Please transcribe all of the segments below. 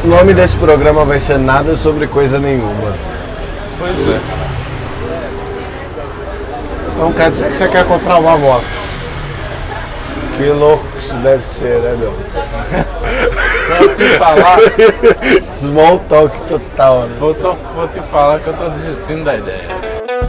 nome desse programa vai ser Nada sobre Coisa Nenhuma. Pois é. Então quer dizer que você quer comprar uma moto. Que louco isso deve ser, né, meu? Vou te falar. Small talk total, né? Vou te falar que eu tô desistindo da ideia.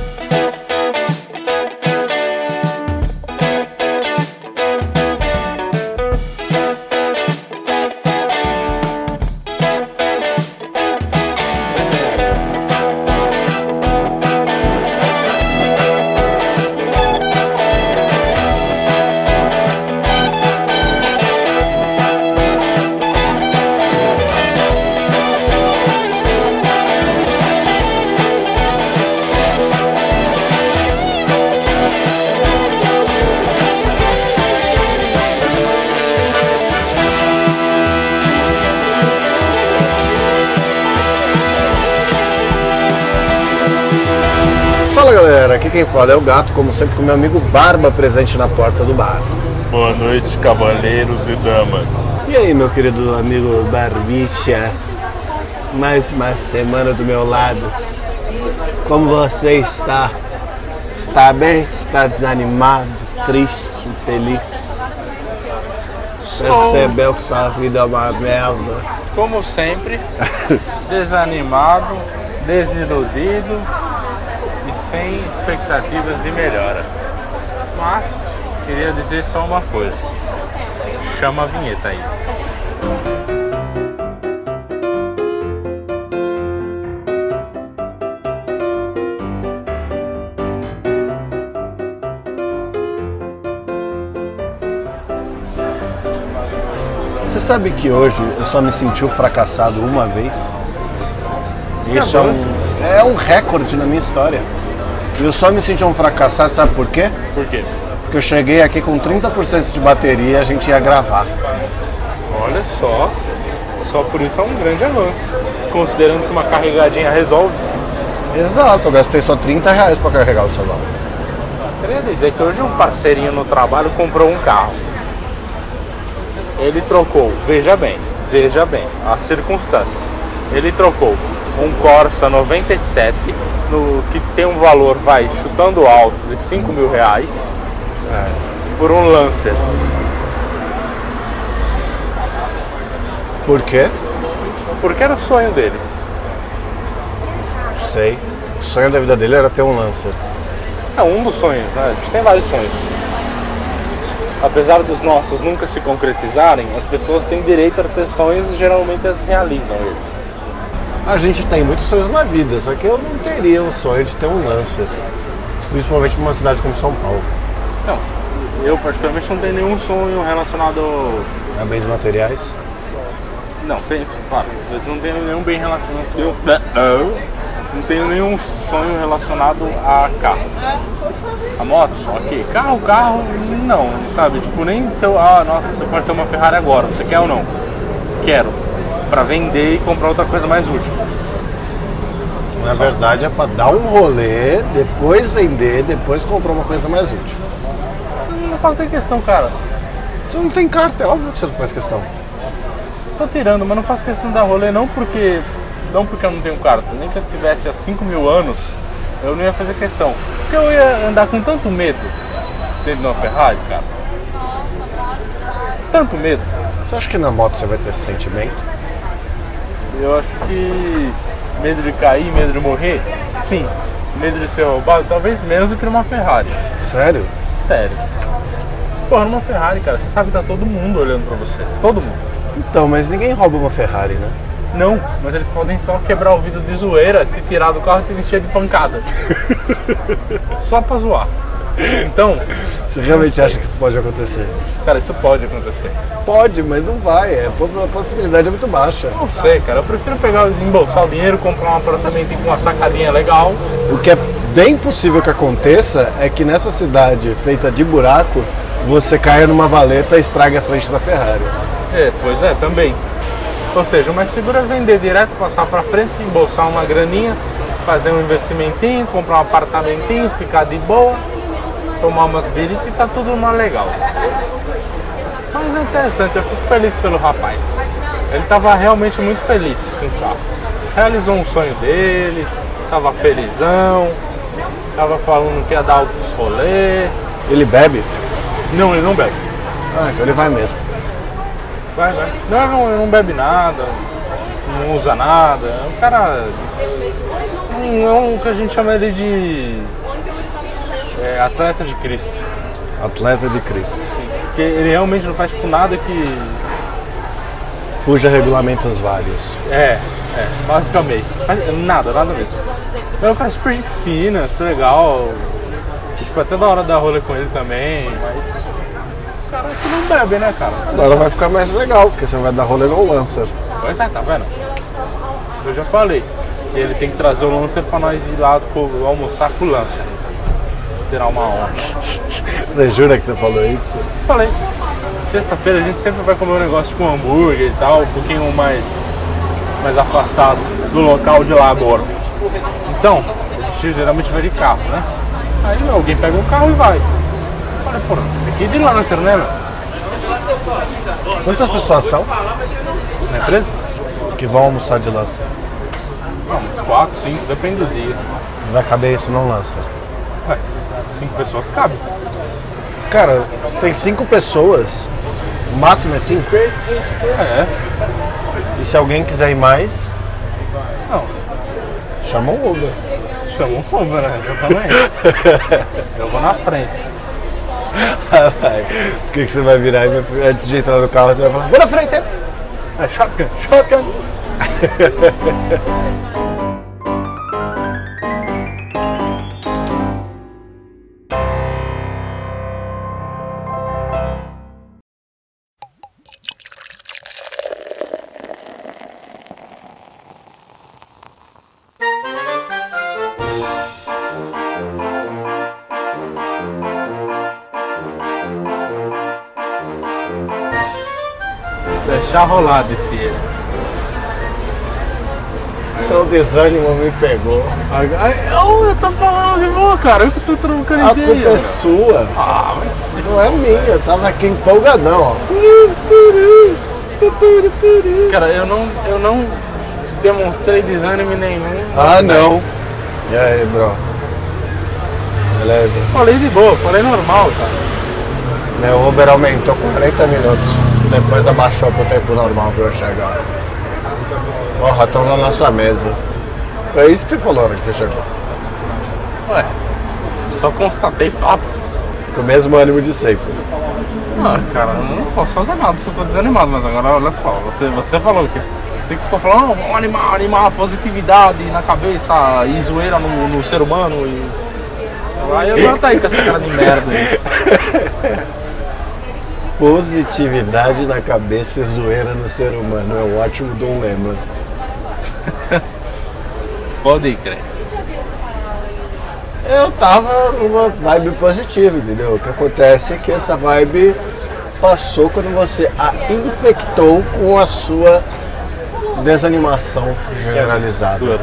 Fala galera, aqui quem fala é o Gato, como sempre com meu amigo Barba presente na porta do bar. Boa noite, cavaleiros e damas. E aí, meu querido amigo Barbicha, mais uma semana do meu lado. Como você está? Está bem? Está desanimado, triste, infeliz? Estou, Percebeu que sua vida é uma merda? como sempre, desanimado, desiludido e sem expectativas de melhora. Mas queria dizer só uma coisa. Chama a vinheta aí. Você sabe que hoje eu só me senti fracassado uma vez? Isso é um recorde na minha história. Eu só me senti um fracassado, sabe por quê? Por quê? Porque eu cheguei aqui com 30% de bateria e a gente ia gravar. Olha só por isso é um grande avanço. Considerando que uma carregadinha resolve. Exato, eu gastei só R$30 para carregar o celular. Queria dizer que hoje um parceirinho no trabalho comprou um carro. Ele trocou, veja bem, as circunstâncias. Ele trocou um Corsa 97, que tem um valor, chutando alto, de R$5.000, por um Lancer. Por quê? Porque era o sonho dele. Sei. O sonho da vida dele era ter um Lancer. É um dos sonhos, né? A gente tem vários sonhos. Apesar dos nossos nunca se concretizarem, as pessoas têm direito a ter sonhos e geralmente as realizam eles. A gente tem muitos sonhos na vida, só que eu não teria o sonho de ter um Lancer. Principalmente numa cidade como São Paulo. Então, eu particularmente não tenho nenhum sonho relacionado A bens materiais? Não, tem isso, claro. Mas não tenho nenhum bem relacionado. Não tenho nenhum sonho relacionado a carros. A motos, ok. Carro, não, sabe? Tipo, nem se eu. Nossa, você pode ter uma Ferrari agora, você quer ou não? Quero. Pra vender e comprar outra coisa mais útil. Na verdade é pra dar um rolê, depois vender, depois comprar uma coisa mais útil. Não faço nem questão, cara. Você não tem carta, é óbvio que você não faz questão. Tô tirando, mas não faço questão de dar rolê não porque eu não tenho carta. Nem que eu tivesse há 5.000 anos, eu não ia fazer questão. Porque eu ia andar com tanto medo dentro de uma Ferrari, cara. Tanto medo. Você acha que na moto você vai ter esse sentimento? Eu acho que medo de cair, medo de morrer, sim. Medo de ser roubado, talvez menos do que numa Ferrari. Sério? Sério. Porra, numa Ferrari, cara, você sabe que tá todo mundo olhando pra você. Todo mundo. Então, mas ninguém rouba uma Ferrari, né? Não, mas eles podem só quebrar o vidro de zoeira, te tirar do carro e te encher de pancada. Só pra zoar. Então... Você realmente acha que isso pode acontecer? Cara, isso pode acontecer. Pode, mas não vai. A possibilidade é muito baixa. Não sei, cara. Eu prefiro embolsar o dinheiro, comprar um apartamento com uma sacadinha legal. O que é bem possível que aconteça é que nessa cidade feita de buraco, você caia numa valeta e estrague a frente da Ferrari. Pois é, também. Ou seja, o mais seguro é vender direto, passar pra frente, embolsar uma graninha, fazer um investimentinho, comprar um apartamentinho, ficar de boa, tomar umas biritas e tá tudo mais legal. Mas é interessante, eu fico feliz pelo rapaz. Ele tava realmente muito feliz com o carro. Realizou um sonho dele, tava felizão, tava falando que ia dar outros rolê. Ele bebe? Não, ele não bebe. Ah, então ele vai mesmo. Vai. Não, ele não bebe nada, não usa nada. É um cara. É um que a gente chama ele de. Atleta de Cristo. Atleta de Cristo. Sim. Porque ele realmente não faz tipo nada que. Fuja regulamentos vários. Basicamente. Nada mesmo. É um cara super gente fina, super legal. E, tipo, até da hora dar rolê com ele também, mas. O cara que não bebe, né, cara? Agora vai ficar mais legal, porque você vai dar rolê no Lancer. Pois é, tá vendo? Eu já falei que ele tem que trazer o Lancer pra nós ir lá almoçar com o Lancer. Tirar uma onda. Você jura que você falou isso? Falei. Sexta-feira a gente sempre vai comer um negócio tipo um hambúrguer e tal, um pouquinho mais afastado do local de laboro. Então, a gente geralmente vai de carro, né? Aí alguém pega um carro e vai. Eu falei, pô, tem que ir de Lancer, né, meu? Quantas pessoas são Na empresa? que vão almoçar de Lancer? Uns 4, 5, depende do dia. Vai caber isso no Lancer? 5 pessoas cabe. Cara, se tem 5 pessoas, o máximo é 5? E se alguém quiser ir mais, Não, chama um Uber. chama um Uber, né? Exatamente. Eu vou na frente. O que você vai virar e antes de entrar no carro você vai falar assim, vou na frente! Shotgun! Deixar rolar, disse ele. Seu desânimo me pegou. Eu tô falando de boa, cara. Eu que tô trocando A ideia. culpa é sua, Mas se não é minha. Eu tava aqui empolgadão, ó. Cara, eu não demonstrei desânimo nenhum. Ah, não. E aí, bro? Beleza? Falei de boa, falei normal, cara. Meu Uber aumentou 40 minutos. Depois abaixou pro tempo normal pra eu chegar. Porra, estão na nossa mesa. Foi isso que você falou na hora que você chegou. Ué, só constatei fatos. Com o mesmo ânimo de sempre. Cara, eu não posso fazer nada se eu tô desanimado, mas agora olha só, você falou que você que ficou falando, animar, positividade na cabeça e zoeira no ser humano e. Aí agora tá aí com essa cara de merda aí. Positividade na cabeça e zoeira no ser humano. É um ótimo de um lema. Pode crer. Eu tava numa vibe positiva, entendeu? O que acontece é que essa vibe passou quando você a infectou com a sua desanimação generalizada. Absurdo.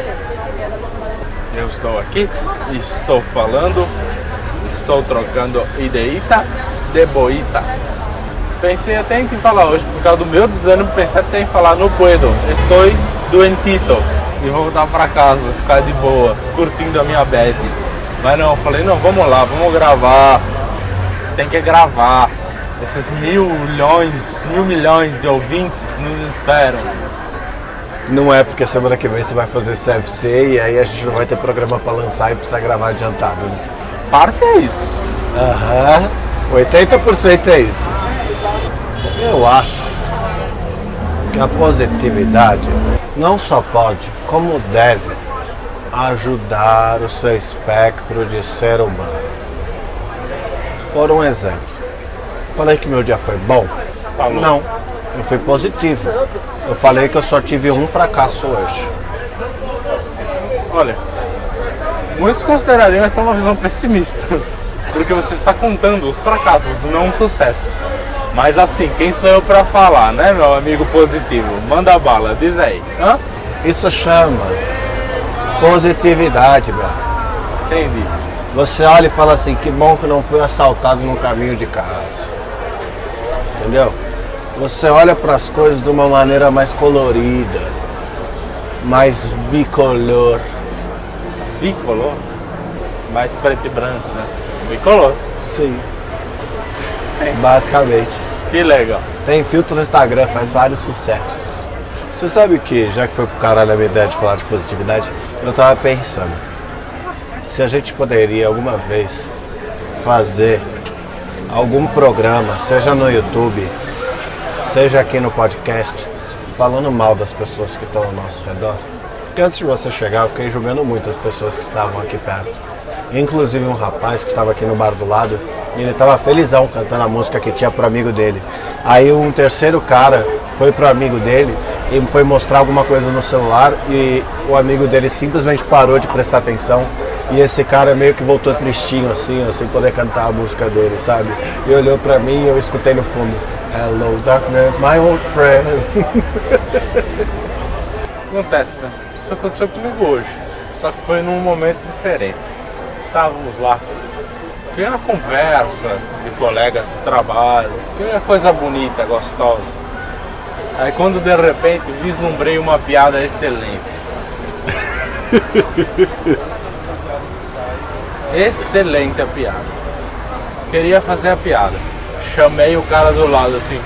Eu estou aqui, estou falando, estou trocando ideita de boita. Pensei até em te falar hoje, por causa do meu desânimo, pensei até em falar no puedo, estou doentito e vou voltar pra casa, ficar de boa, curtindo a minha bad. Mas não, eu falei, não, vamos lá, vamos gravar, tem que gravar. Esses mil milhões de ouvintes nos esperam. Não é porque semana que vem você vai fazer CFC e aí a gente não vai ter programa pra lançar e precisa gravar adiantado, né? Parte é isso. Aham, 80% é isso. Eu acho que a positividade não só pode, como deve, ajudar o seu espectro de ser humano. Por um exemplo, falei que meu dia foi bom? Falou. Não, eu fui positivo. Eu falei que eu só tive um fracasso hoje. Olha, muitos considerariam essa uma visão pessimista, porque você está contando os fracassos, não os sucessos. Mas assim, quem sou eu pra falar, né, meu amigo positivo? Manda bala, diz aí. Hã? Isso chama positividade, velho. Entendi. Você olha e fala assim, que bom que não fui assaltado no caminho de casa. Entendeu? Você olha para as coisas de uma maneira mais colorida, mais bicolor. Bicolor? Mais preto e branco, né? Bicolor. Sim. Basicamente. Que legal. Tem filtro no Instagram, faz vários sucessos. Você sabe que, já que foi pro caralho a minha ideia de falar de positividade, eu tava pensando se a gente poderia alguma vez fazer algum programa, seja no YouTube, seja aqui no podcast, falando mal das pessoas que estão ao nosso redor. Porque antes de você chegar, eu fiquei julgando muito as pessoas que estavam aqui perto. Inclusive um rapaz que estava aqui no bar do lado, e ele estava felizão cantando a música que tinha pro amigo dele. Aí um terceiro cara foi pro amigo dele e foi mostrar alguma coisa no celular e o amigo dele simplesmente parou de prestar atenção. E esse cara meio que voltou tristinho assim, sem poder cantar a música dele, sabe? E olhou pra mim e eu escutei no fundo: Hello darkness, my old friend. Acontece, né? Isso aconteceu comigo hoje, só que foi num momento diferente. Estávamos lá, que uma conversa de colegas de trabalho, que uma coisa bonita, gostosa. Aí quando de repente vislumbrei uma piada excelente. Excelente a piada. Queria fazer a piada. Chamei o cara do lado assim.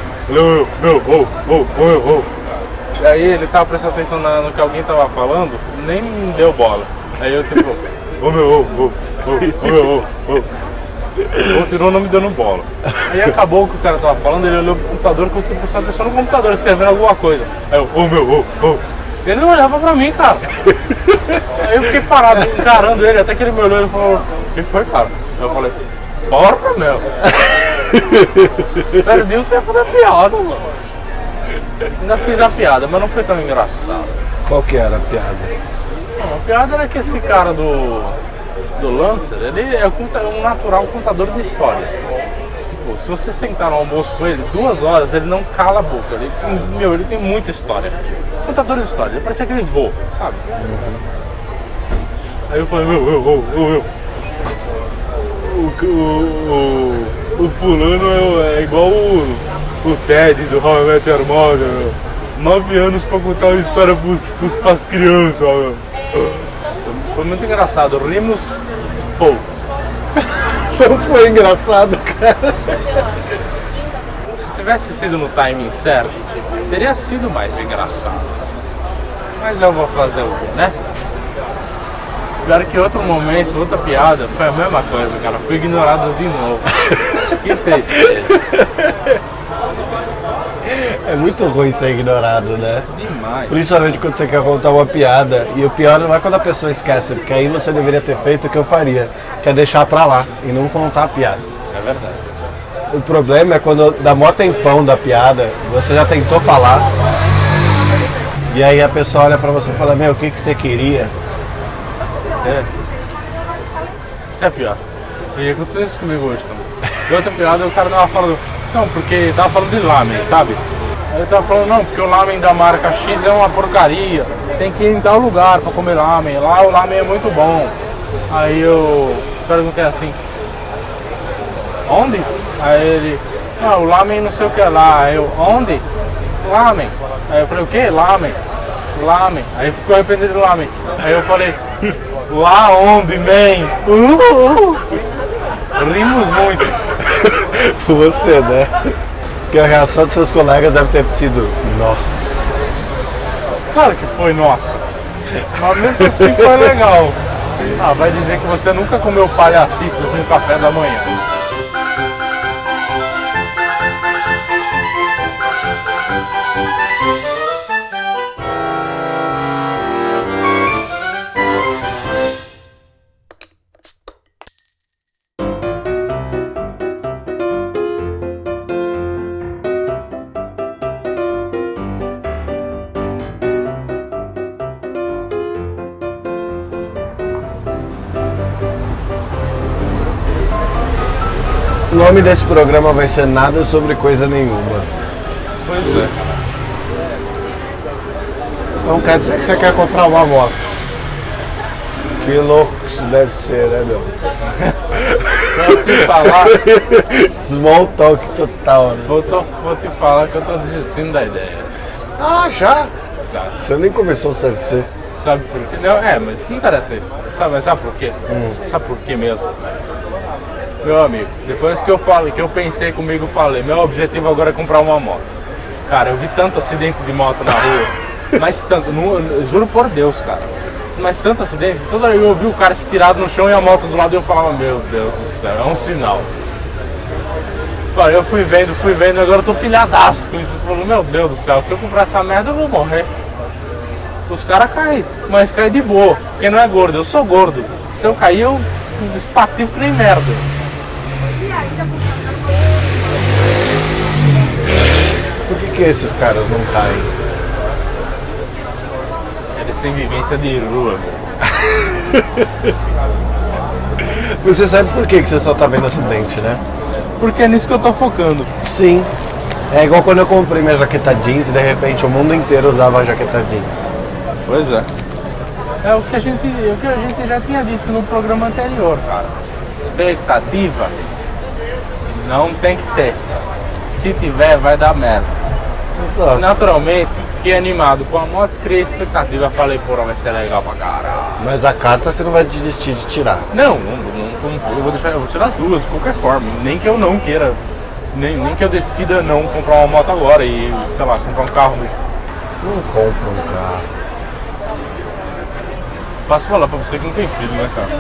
E aí ele tava prestando atenção no que alguém tava falando, nem me deu bola. Aí eu tipo, continuou não me dando bola. Aí acabou o que o cara tava falando, ele olhou pro computador, que eu prestando atenção no computador, escrevendo alguma coisa. Aí eu, ele não olhava pra mim, cara. Aí eu fiquei parado, encarando ele, até que ele me olhou e falou: o que foi, cara? Aí eu falei: porra, meu. Perdi o tempo da piada, mano. Ainda fiz a piada, mas não foi tão engraçado. Qual que era a piada? Não, a piada era que esse cara do Lancer, ele é um natural contador de histórias. Tipo, se você sentar no almoço com ele, 2 horas, ele não cala a boca. Ele tem muita história. Contador de história, ele parece aquele vô, sabe? Aí eu falei: o fulano é igual o Ted do How I Met Your Mother, 9 anos pra contar uma história pras crianças, meu. Foi muito engraçado, rimos pouco. Não foi engraçado, cara. Se tivesse sido no timing certo, teria sido mais engraçado. Mas eu vou fazer o quê, né? Pior que outro momento, outra piada, foi a mesma coisa, cara. Fui ignorado de novo. Que tristeza. É muito ruim ser ignorado, né? Demais. Principalmente quando você quer contar uma piada. E o pior não é quando a pessoa esquece, porque aí você deveria ter feito o que eu faria, que é deixar pra lá e não contar a piada. É verdade. O problema é quando dá mó tempão da piada, você já tentou falar, e aí a pessoa olha pra você e fala: meu, o que você queria? É. Isso é pior. E aconteceu isso comigo hoje também. E outra piada, o cara tava falando: não, porque tava falando de lamen, sabe? Aí ele tava falando: não, porque o lamen da marca X é uma porcaria, tem que ir em tal lugar pra comer lamen, lá o lamen é muito bom. Aí eu perguntei assim: onde? Aí ele: não, o lamen não sei o que é lá. Aí eu: onde? Lamen. Aí eu falei: o que? Lamen. Lamen. Aí ficou arrependido do lamen. Aí eu falei: lá onde, man? Rimos muito. Você, né? Porque a reação dos seus colegas deve ter sido: nossa. Claro que foi, nossa. Mas mesmo assim foi legal. Ah, vai dizer que você nunca comeu palhacitos no café da manhã. O nome desse programa vai ser Nada Sobre Coisa Nenhuma. Pois é. Então quer dizer que você quer comprar uma moto. Que louco que isso deve ser, né, meu? Vou te falar. Small talk total, né? Vou te falar que eu tô desistindo da ideia. Ah, já? Já. Você nem começou o CFC. Sabe por quê? Não, mas não interessa isso. Sabe por quê? Sabe por quê mesmo? Meu amigo, depois que eu falei, que eu pensei comigo, falei, meu objetivo agora é comprar uma moto. Cara, eu vi tanto acidente de moto na rua, mas tanto, juro por Deus, cara. Mas tanto acidente, toda hora eu ouvi o cara estirado no chão e a moto do lado e eu falava, meu Deus do céu, é um sinal. Cara, eu fui vendo, agora eu tô pilhadaço com isso. Eu falo, meu Deus do céu, se eu comprar essa merda eu vou morrer. Os caras caem, mas caem de boa, porque não é gordo, eu sou gordo. Se eu cair, eu espatifo que nem merda. Por que esses caras não caem? Eles têm vivência de rua, velho. Você sabe por que você só tá vendo acidente, né? Porque é nisso que eu tô focando. Sim. É igual quando eu comprei minha jaqueta jeans e de repente o mundo inteiro usava a jaqueta jeans. Pois é. É o que a gente já tinha dito no programa anterior, cara. Expectativa não tem que ter. Se tiver, vai dar merda. Exato. Naturalmente, fiquei animado com a moto, criei expectativa. Falei, porra, vai ser legal pra caralho. Mas a carta você não vai desistir de tirar. Não, eu vou tirar as duas, de qualquer forma. Nem que eu não queira, nem que eu decida não comprar uma moto agora e, sei lá, comprar um carro. Não compra um carro. Fácil falar pra você que não tem filho, né, cara?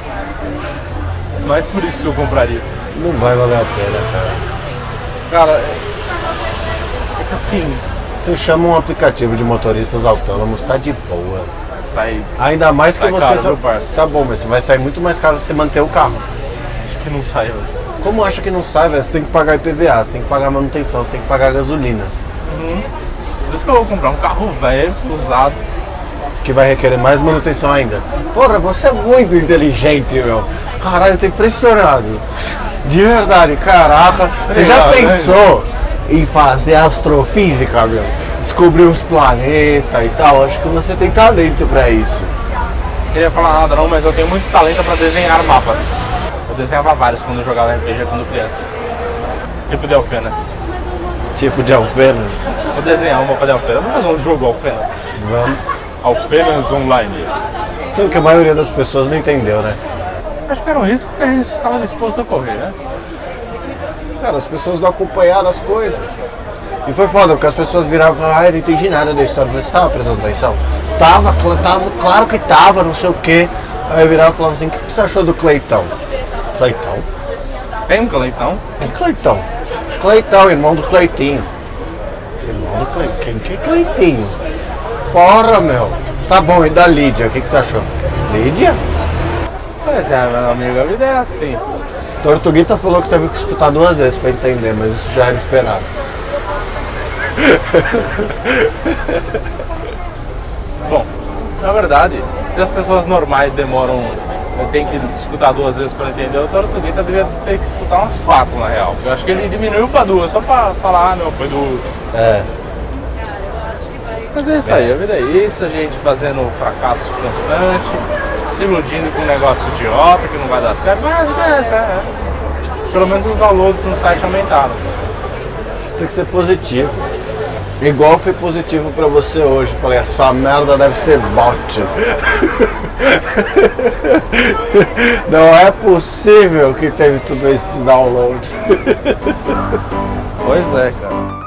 Mas por isso que eu compraria. Não vai valer a pena, cara. Cara, é que assim, Você chama um aplicativo de motoristas autônomos, tá de boa. sai. Ainda mais que Sai você... caro, viu, parça? Tá bom, mas você vai sair muito mais caro se você manter o carro. Acho que não sai, velho. Como acha que não sai, velho? Você tem que pagar IPVA, você tem que pagar manutenção, você tem que pagar gasolina. Por isso que eu vou comprar um carro velho, usado. Que vai requerer mais manutenção ainda. Porra, você é muito inteligente, meu. Caralho, eu tô impressionado. De verdade, caraca. Você já pensou em fazer astrofísica, meu? Descobrir os planetas e tal? Acho que você tem talento pra isso. Não queria falar nada não, mas eu tenho muito talento pra desenhar mapas. Eu desenhava vários quando eu jogava RPG quando criança. Tipo de Alfenas. Tipo de Alfenas. Vou desenhar um mapa de Alfenas. Vamos fazer um jogo Alfenas. Vamos. Alfenas Online. Sendo que a maioria das pessoas não entendeu, né? Acho que era um risco que a gente estava disposto a correr, né? Cara, as pessoas não acompanharam as coisas. E foi foda, porque as pessoas viravam e falavam, eu não entendi nada da história. Você estava prestando atenção? Tava, claro que tava, não sei o quê. Aí eu virava e falava assim, o que você achou do Cleitão? Cleitão? Tem um Cleitão? Que Cleitão? Cleitão, irmão do Cleitinho. Irmão do Cleitinho? Quem que é Cleitinho? Porra, meu. Tá bom, e da Lídia, o que você achou? Lídia? Pois é, meu amigo, a vida é assim. Tortuguita falou que teve que escutar 2 vezes pra entender, mas isso já era esperado. Bom, na verdade, se as pessoas normais demoram, tem que escutar 2 vezes para entender, o Tortuguita devia ter que escutar umas 4 na real. Eu acho que ele diminuiu para 2, só para falar, não, foi 2. É. Mas é isso aí, a vida é isso, a gente fazendo fracasso constante, se iludindo com um negócio idiota que não vai dar certo, mas pelo menos os downloads no site aumentaram. Tem que ser positivo. Igual foi positivo pra você hoje. Falei, essa merda deve ser bot. Não é possível que teve tudo esse download. Pois é, cara.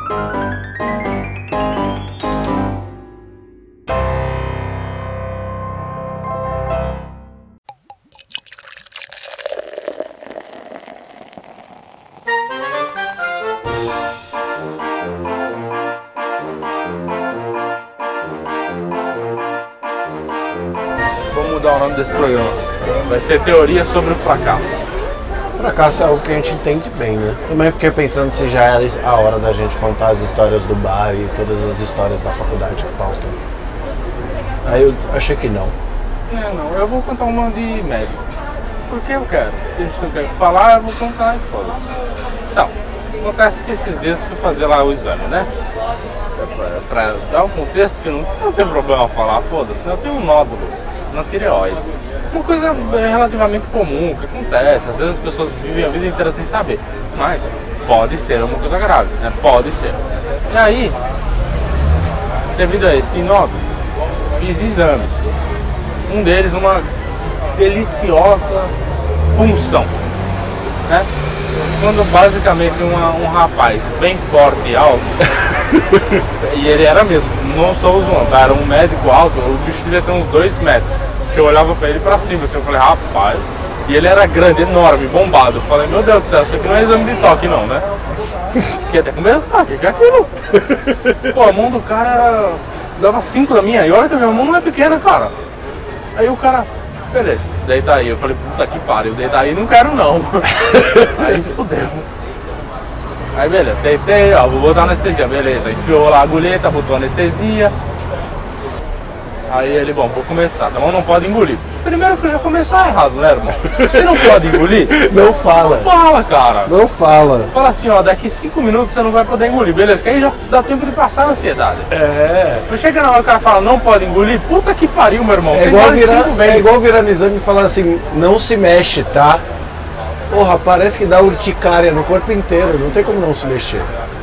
Vou mudar o nome desse programa. Vai ser Teoria sobre o Fracasso. Fracasso é algo que a gente entende bem, né? Também fiquei pensando se já era a hora da gente contar as histórias do bar e todas as histórias da faculdade que faltam. Aí eu achei que não. Não, eu vou contar uma de médico. Porque eu quero. A gente não quer falar, eu vou contar e foda-se. Então, acontece que esses dias eu fui fazer lá o exame, né? Pra dar um contexto que não tem problema falar, foda-se, né? Eu tenho um nódulo na tireoide. Uma coisa relativamente comum, que acontece. Às vezes as pessoas vivem a vida inteira sem saber. Mas pode ser uma coisa grave, né? Pode ser. E aí, devido a este nódulo, fiz exames. Um deles, uma deliciosa punção, né? Quando basicamente um rapaz bem forte e alto, e ele era mesmo, não sou zoando, tá? Era um médico alto, o bicho devia ter uns 2 metros, que eu olhava pra ele pra cima, assim, eu falei, rapaz, e ele era grande, enorme, bombado, eu falei, meu Deus do céu, isso aqui não é exame de toque não, né? Fiquei até com medo, o que é aquilo? Pô, a mão do cara era, dava 5 da minha, e olha que a minha mão não é pequena, cara. Aí o cara, beleza, deita aí. Eu falei, puta que pariu, deita aí não quero não. Aí fudeu. Aí beleza, deitei, ó, vou botar anestesia, beleza. Enfiou lá a agulheta, botou anestesia. Aí ele, bom, vou começar, então não pode engolir. Primeiro que já começou errado, né, irmão? Você não pode engolir? Não fala. Não fala, cara. Não fala. Fala assim, ó, daqui 5 minutos você não vai poder engolir, beleza? Que aí já dá tempo de passar a ansiedade. É. Não chega na hora que o cara fala, não pode engolir, puta que pariu, meu irmão. É igual virar no exame e falar assim, não se mexe, tá? Porra, parece que dá urticária no corpo inteiro, não tem como não se mexer.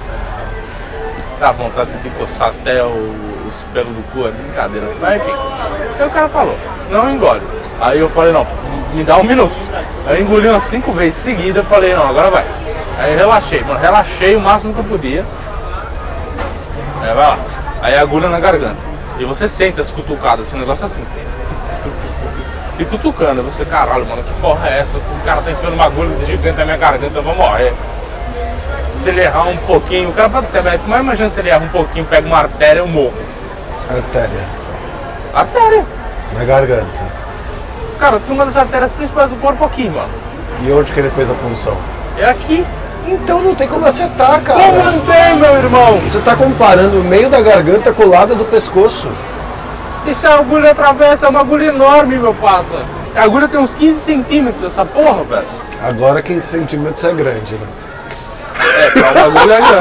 Dá vontade de coçar até os pelos do cu, é brincadeira. Mas enfim, aí o cara falou, não engole. Aí eu falei, não, me dá 1 minuto. Aí eu engoli umas 5 vezes seguidas, falei, não, agora vai. Aí eu relaxei, mano, relaxei o máximo que eu podia. Aí vai lá. Aí a agulha na garganta. E você sente as cutucadas, esse negócio assim. E cutucando, você, caralho, mano, que porra é essa? O cara tá enfiando uma agulha gigante na minha garganta, eu vou morrer. Se ele errar um pouquinho, o cara pode ser médico, mas imagina se ele erra um pouquinho, pega uma artéria, eu morro. Artéria. Artéria. Na garganta. Cara, tem uma das artérias principais do corpo aqui, mano. E onde que ele fez a punção? É aqui. Então não tem como acertar, cara. Como não tem, meu irmão? Você tá comparando o meio da garganta com o lado do pescoço. E se a agulha atravessa, é uma agulha enorme, meu parça. A agulha tem uns 15 centímetros, essa porra, velho. Agora 15 centímetros é grande, né? É, pra uma agulha é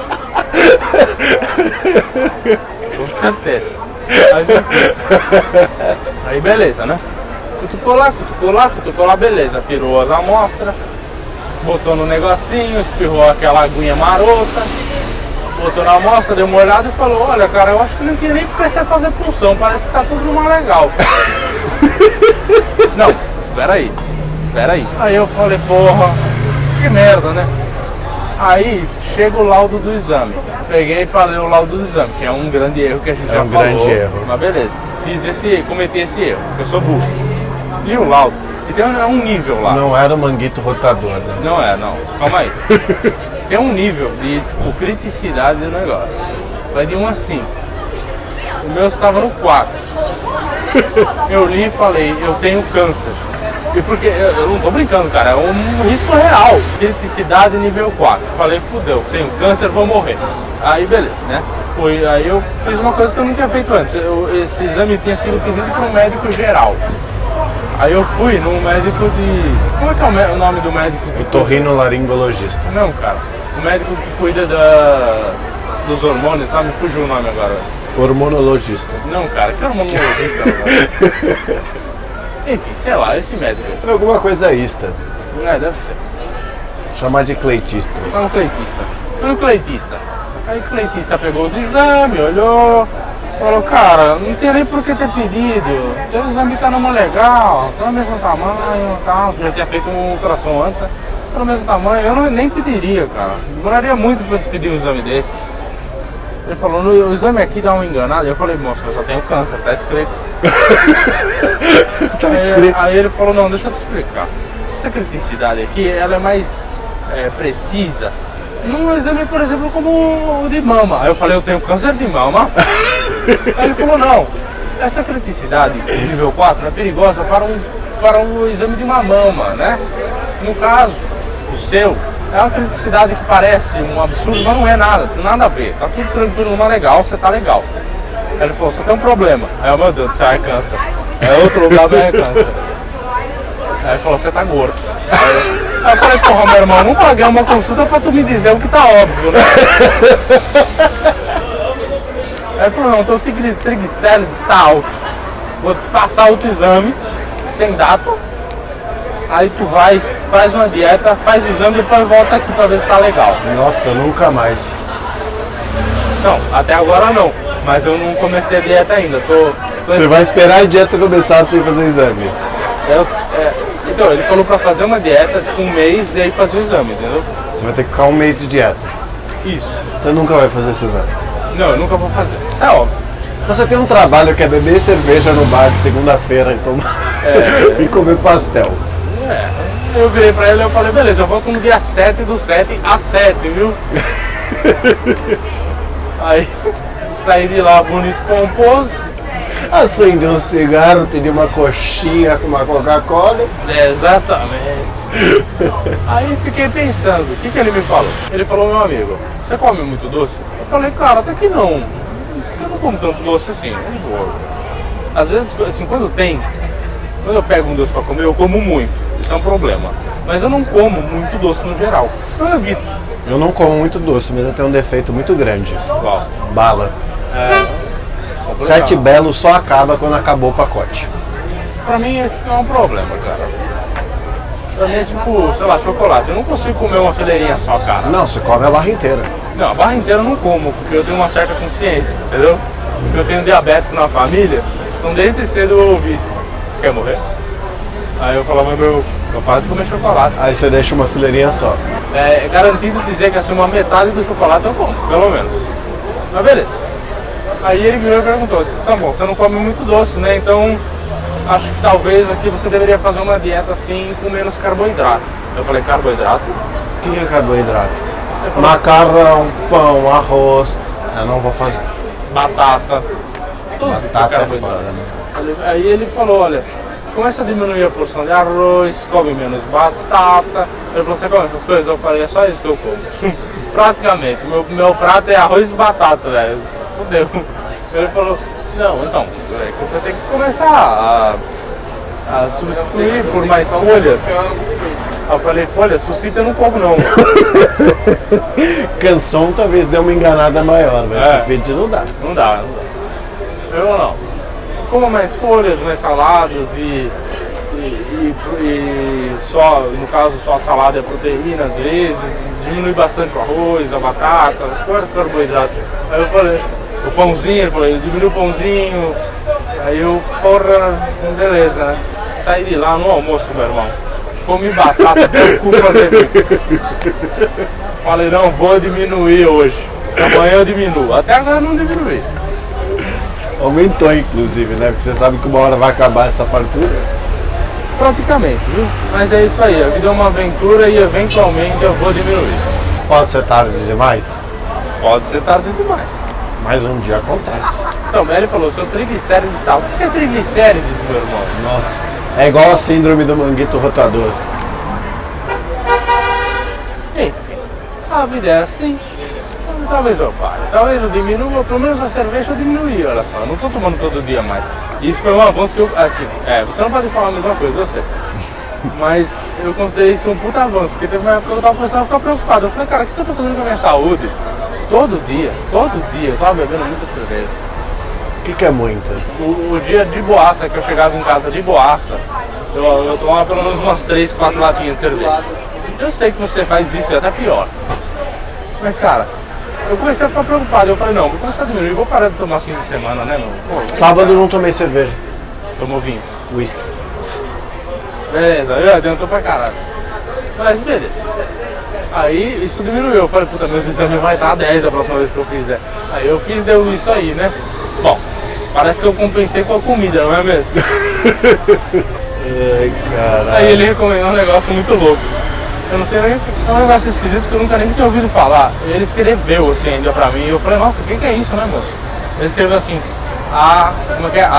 grande. Com certeza. Mas enfim. Aí beleza, né? Cutucou lá, beleza. Tirou as amostras, botou no negocinho, espirrou aquela aguinha marota, botou na amostra, deu uma olhada e falou, olha cara, eu acho que não tinha nem precisar fazer punção, parece que tá tudo numa legal. Não, espera aí. Aí eu falei, porra, que merda, né? Aí chega o laudo do exame. Peguei para ler o laudo do exame, que é um grande erro que a gente já falou. É um grande erro. Mas beleza, cometi esse erro, porque eu sou burro. Li o laudo. E tem um nível lá. Não era o manguito rotador, né? Não é, não. Calma aí. Tem um nível de tipo, criticidade do negócio. Vai de 1 a 5. O meu estava no 4. Eu li e falei, eu tenho câncer. E porque eu não tô brincando, cara, é um risco real. Criticidade nível 4. Falei, fudeu, tenho câncer, vou morrer. Aí beleza, né? Aí eu fiz uma coisa que eu não tinha feito antes. Esse exame tinha sido pedido para um médico geral. Aí eu fui num médico de... Como é que é o nome do médico? Otorrinolaringologista. Não, cara. O médico que cuida dos hormônios, sabe? Me fugiu o nome agora. Hormonologista. Não, cara, que hormonologista agora? Enfim, sei lá, esse médico. Alguma coisa ista. É, deve ser. Chamar de cleitista. É um cleitista. Foi um cleitista. Aí o cleitista pegou os exames, olhou, falou, cara, não tinha nem por que ter pedido. Teu exame tá numa legal, tá no mesmo tamanho, tal. Já tinha feito um ultrassom antes, né? Tá no mesmo tamanho, eu nem pediria, cara. Demoraria muito pra te pedir um exame desses. Ele falou, o exame aqui dá uma enganada. Eu falei, moço, eu só tenho câncer, tá escrito. Tá escrito. Aí ele falou, não, deixa eu te explicar. Essa criticidade aqui, ela é mais precisa. Num exame, por exemplo, como o de mama. Aí eu falei, eu tenho câncer de mama. Aí ele falou, não, essa criticidade nível 4 é perigosa para um exame de uma mama, né? No caso, o seu, é uma criticidade que parece um absurdo, mas não é nada a ver. Tá tudo tranquilo, numa legal, você tá legal. Aí ele falou, você tem um problema. Aí eu, meu Deus do céu, é câncer. É outro lugar, é câncer. Aí ele falou, você tá gordo. Aí eu falei, porra, meu irmão, não paguei uma consulta pra tu me dizer o que tá óbvio, né? Aí ele falou, não, teu triglicérides está alto. Vou passar outro exame, sem data. Aí tu vai, faz uma dieta, faz o exame e depois volta aqui pra ver se tá legal. Nossa, nunca mais. Não, até agora não. Mas eu não comecei a dieta ainda. Você vai esperar a dieta começar pra você fazer o exame? Então, ele falou pra fazer uma dieta, tipo um mês, e aí fazer o exame, entendeu? Você vai ter que ficar um mês de dieta. Isso. Você nunca vai fazer esse exame? Não, eu nunca vou fazer. Isso é óbvio. Você tem um trabalho que é beber cerveja no bar de segunda-feira e comer pastel. Eu virei pra ele e falei, beleza, eu volto no dia 7 do 7 às 7, viu? Aí saí de lá bonito, pomposo. Acendi um cigarro, pedi uma coxinha com uma Coca-Cola. Exatamente. Aí fiquei pensando, o que ele me falou? Ele falou, meu amigo, você come muito doce? Eu falei, cara, até que não. Eu não como tanto doce assim. Às vezes, assim, quando eu pego um doce pra comer, eu como muito. Isso é um problema. Mas eu não como muito doce no geral. Eu evito. Eu não como muito doce, mas eu tenho um defeito muito grande. Qual? Bala. 7 belos só acaba quando acabou o pacote. Pra mim esse não é um problema, cara. Pra mim é tipo, sei lá, chocolate. Eu não consigo comer uma fileirinha só, cara. Não, você come a barra inteira. Não, a barra inteira eu não como, porque eu tenho uma certa consciência, entendeu? Porque eu tenho diabético na família, então desde cedo eu ouvi, você quer morrer? Aí eu falava, meu, eu paro de comer chocolate. Aí você deixa uma fileirinha só. É garantido dizer que assim, uma metade do chocolate eu como, pelo menos. Mas beleza. Aí ele virou e perguntou, tá bom, você não come muito doce, né? Então acho que talvez aqui você deveria fazer uma dieta assim com menos carboidrato. Eu falei, carboidrato? O que é carboidrato? Falei, macarrão, pão, arroz. Eu não vou fazer. Batata. Tudo Batata é carboidrato. É foda, né? Aí ele falou, olha, começa a diminuir a porção de arroz, come menos batata. Ele falou, você come essas coisas? Eu falei, é só isso que eu como. Praticamente, meu prato é arroz e batata, velho. Fudeu. Ele falou, não, então, você tem que começar a substituir por mais folhas. Aí eu falei, folha, sulfite eu não como não. Canção talvez dê uma enganada maior, mas sulfite não dá. Não dá. Eu não. Coma mais folhas, mais saladas e só, no caso, só a salada e a proteína às vezes. Diminui bastante o arroz, a batata, fora carboidrato. Aí eu falei, o pãozinho, ele falou, diminui o pãozinho. Aí eu, porra, beleza, né? Saí de lá no almoço, meu irmão. Comi batata até o cu fazer bico. Falei, não, vou diminuir hoje. Amanhã eu diminuo. Até agora não diminui. Aumentou, inclusive, né? Porque você sabe que uma hora vai acabar essa fartura. Praticamente, viu? Mas é isso aí, a vida é uma aventura e eventualmente eu vou diminuir. Pode ser tarde demais? Pode ser tarde demais. Mas um dia acontece. Então, o Mary falou, seu triglicérides está. O que é triglicérides, meu irmão? Nossa, é igual a síndrome do manguito rotador. Enfim, a vida é assim. Talvez eu pare, talvez eu diminua, pelo menos a cerveja eu diminuí, olha só, eu não tô tomando todo dia mais. Isso foi um avanço que eu, assim, você não pode falar a mesma coisa, eu sei. Mas eu considerei isso um puta avanço, porque teve uma época que eu tava começando a ficar preocupado. Eu falei, cara, o que eu tô fazendo com a minha saúde? Todo dia, eu tava bebendo muita cerveja. O que é muita? O dia de boaça, que eu chegava em casa de boaça, eu tomava pelo menos umas 3, 4 latinhas de cerveja. Eu sei que você faz isso, é até pior. Mas, cara, eu comecei a ficar preocupado. Eu falei, não, vou começar a diminuir, vou parar de tomar assim de semana, né, meu? Pô, sábado eu não tomei cerveja. Tomou vinho. Whisky. Beleza, eu adiantou pra caralho. Mas beleza. Aí isso diminuiu. Eu falei, puta, meus exames vai estar 10 a próxima vez que eu fizer. Aí eu fiz, deu isso aí, né? Bom, parece que eu compensei com a comida, não é mesmo? Ai, caralho. Aí ele recomendou um negócio muito louco. Eu não sei nem, é um negócio esquisito que eu nunca nem tinha ouvido falar. Ele escreveu assim ainda pra mim e eu falei, nossa, o que é isso, né, moço? Ele escreveu assim, como é que é?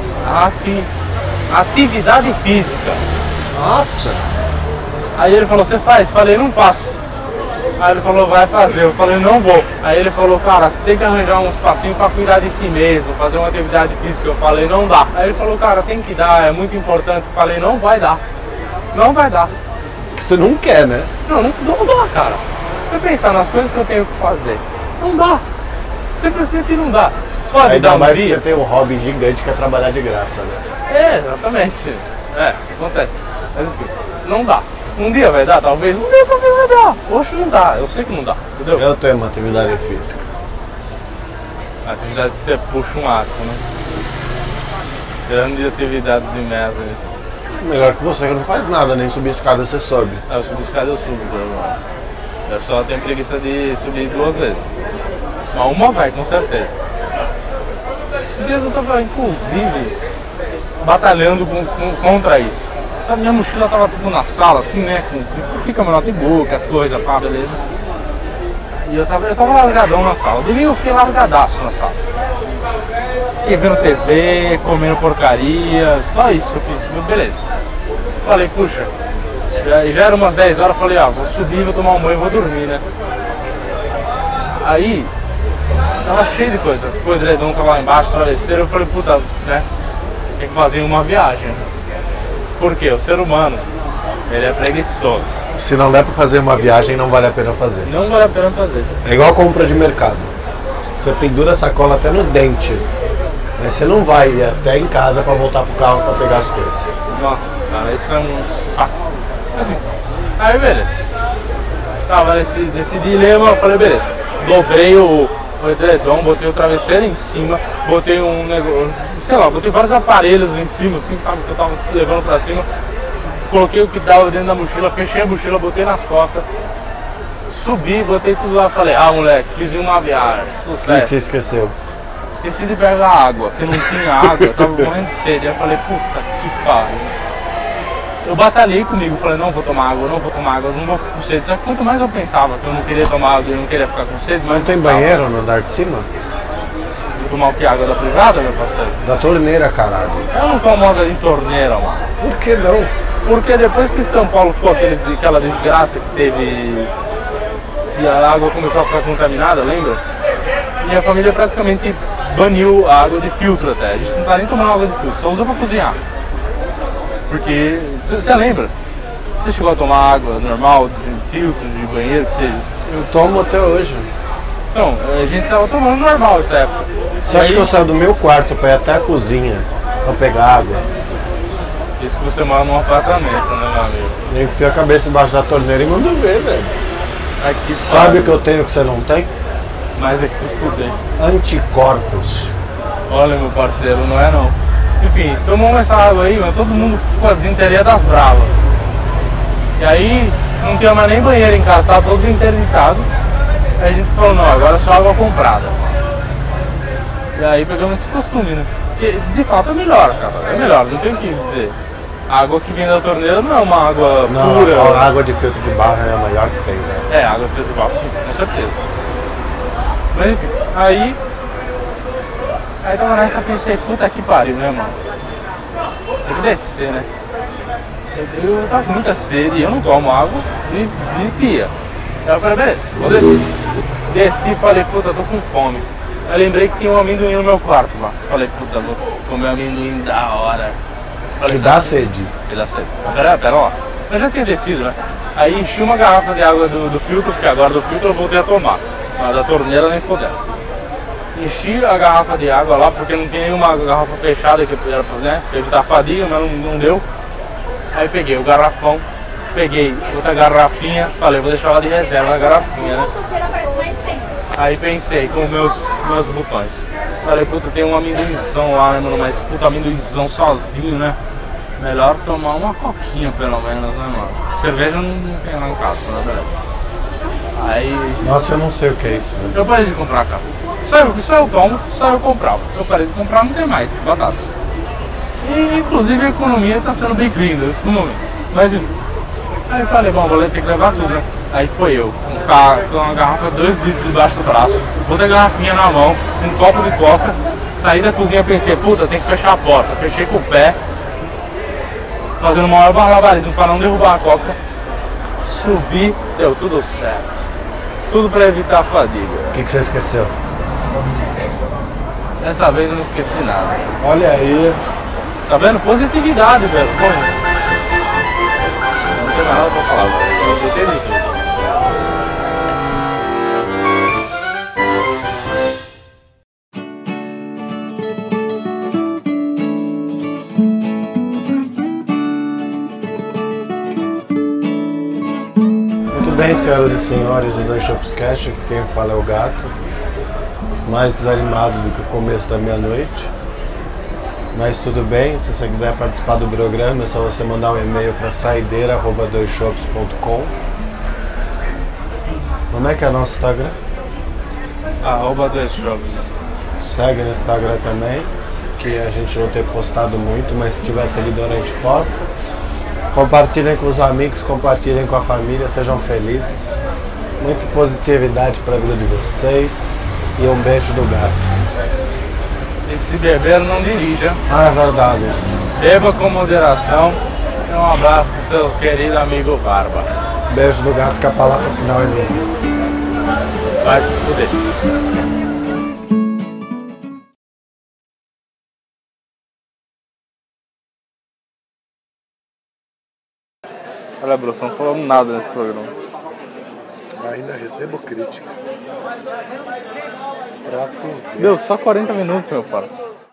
Atividade física. Nossa! Aí ele falou, você faz? Falei, não faço. Aí ele falou, vai fazer. Eu falei, não vou. Aí ele falou, cara, tem que arranjar um espacinho pra cuidar de si mesmo, fazer uma atividade física. Eu falei, não dá. Aí ele falou, cara, tem que dar, é muito importante. Eu falei, não vai dar. Não vai dar. Você não quer, né? Não dá, cara. Você pensar nas coisas que eu tenho que fazer, não dá. Simplesmente não dá. Pode ainda dar um mais dia. que você tem um hobby gigante que é trabalhar de graça, né? É, exatamente. Acontece. Mas enfim, não dá. Um dia vai dar, talvez. Um dia talvez vai dar. Hoje não dá, eu sei que não dá, entendeu? Eu tenho uma atividade física. A atividade que você puxa um arco, né? Grande atividade de merda isso. Melhor que você que não faz nada, nem subir escada você sobe. Eu subo escada, eu subo, eu só tenho preguiça de subir 2 vezes. Mas uma vai, com certeza. Esses dias eu tava, inclusive, batalhando contra isso. A minha mochila tava tipo na sala, assim, né? Fica meu notebook, as coisas, pá, beleza. E eu tava largadão na sala. Domingo eu fiquei largadaço na sala. Fiquei vendo TV, comendo porcaria, só isso que eu fiz, beleza. Falei, puxa, já era umas 10 horas, falei, vou subir, vou tomar um banho e vou dormir, né? Aí, tava cheio de coisa, tipo, o edredom tava lá embaixo, travesseiro, eu falei, puta, né? Tem que fazer uma viagem. Por quê? O ser humano, ele é preguiçoso. Se não der pra fazer uma viagem, não vale a pena fazer. Não vale a pena fazer. É igual compra de mercado. Você pendura a sacola até no dente, mas você não vai ir até em casa pra voltar pro carro pra pegar as coisas. Nossa, cara, isso é um saco. Assim, aí beleza. Tava nesse dilema, eu falei, beleza. Dobrei o edredom, botei o travesseiro em cima, botei um negócio, sei lá, botei vários aparelhos em cima, assim, sabe, que eu tava levando pra cima. Coloquei o que dava dentro da mochila, fechei a mochila, botei nas costas. Subi, botei tudo lá, falei, moleque, fiz uma viagem, O que sucesso. você esqueceu? Esqueci de pegar água, porque não tinha água, eu tava morrendo de sede. Aí eu falei, puta que pariu. Eu batalhei comigo, falei, não vou tomar água, não vou tomar água, não vou ficar com sede. Só que quanto mais eu pensava que eu não queria tomar água e não queria ficar com sede, mais Não tem eu ficava. banheiro no andar de cima? Vou tomar o que? Água da privada, meu parceiro? Da torneira, caralho. Eu não tomo água de torneira, mano. Por que não? Porque depois que São Paulo ficou aquela desgraça que teve, que a água começou a ficar contaminada, lembra? Minha família praticamente baniu a água de filtro até. A gente não tá nem tomando água de filtro, só usa pra cozinhar. Porque, você lembra? Você chegou a tomar água normal, de filtro, de banheiro, que seja? Eu tomo até hoje. Não, a gente tava tomando normal essa época. Você acha que eu saio do meu quarto pra ir até a cozinha pra pegar água? Isso que você mora num apartamento, né, meu amigo? Eu enfio a cabeça embaixo da torneira e mando ver, velho. Aqui Sabe o que eu tenho que você não tem? Mas é que se fuder. Anticorpos. Olha, meu parceiro, não é não. Enfim, tomamos essa água aí, mas todo mundo ficou com a desinteria das bravas. E aí, não tinha mais nem banheiro em casa, tava todo desinterditado. Aí a gente falou, não, agora é só água comprada. E aí pegamos esse costume, né? Porque de fato é melhor, cara, é melhor, não tem o que dizer. A água que vem da torneira não é uma água pura. Não, a água de filtro de barro é a maior que tem, velho. É, água de filtro de barro, sim, com certeza. Mas enfim, aí tava nessa, pensei, puta que pariu, né, mano? Tem que descer, né? Eu tava com muita sede, eu não tomo água de pia. Aí eu falei, beleza, vou descer. Desci e falei, puta, tô com fome. Aí lembrei que tinha um amendoim no meu quarto lá. Falei, puta, vou comer amendoim da hora. Falei, E dá sede. Ele aceita. Pera lá. Eu já tinha descido, né? Aí enchi uma garrafa de água do filtro, porque agora do filtro eu voltei a tomar. Mas da torneira nem fodeu. Enchi a garrafa de água lá, porque não tinha nenhuma garrafa fechada que era pra evitar fadiga, mas não deu. Aí peguei o garrafão, peguei outra garrafinha, falei, vou deixar lá de reserva a garrafinha, né? Aí pensei com meus botões. Falei, puta, tem um amendoinzão lá, né, mano? Mas puta, amendoinzão sozinho, né? Melhor tomar uma coquinha pelo menos, né, mano? Cerveja não tem lá em casa, né? Beleza. Aí. Nossa, eu não sei o que é isso, velho. Eu parei de comprar, cara. Só eu tomo, só eu comprava. Eu parei de comprar, não tem mais, batata. E inclusive a economia tá sendo bem-vinda nesse momento. Mas enfim. Aí eu falei, bom, vou ter que levar tudo, né? Aí foi eu, com uma garrafa de 2 litros debaixo do braço, botei a garrafinha na mão, um copo de coca, saí da cozinha e pensei, puta, tem que fechar a porta. Fechei com o pé, fazendo o maior malabarismo para não derrubar a coca. Subi, deu tudo certo. Tudo para evitar a fadiga. O que você esqueceu? Dessa vez eu não esqueci nada. Olha aí. Tá vendo? Positividade, velho. Pô, não tem mais nada pra falar, velho. Eu entendi tudo. senhoras e senhores do Dois Chopps Cash, aqui quem fala é o Gato, mais desanimado do que o começo da meia-noite, mas tudo bem. Se você quiser participar do programa é só você mandar um e-mail para saideira@doisshops.com. Como é que é nosso Instagram? @doisshops. Segue no Instagram também, que a gente não tem postado muito, mas se tiver seguidor a gente posta. Compartilhem com os amigos, compartilhem com a família, sejam felizes. Muita positividade para a vida de vocês e um beijo do Gato. E se beber, não dirija. Ah, é verdade isso. Beba com moderação. E um abraço do seu querido amigo Barba. Beijo do Gato, que a palavra final é minha. Vai se fuder. Olha, Bruno, não falamos nada nesse programa. Ainda recebo crítica. Prato verde. Deu só 40 minutos, meu parceiro.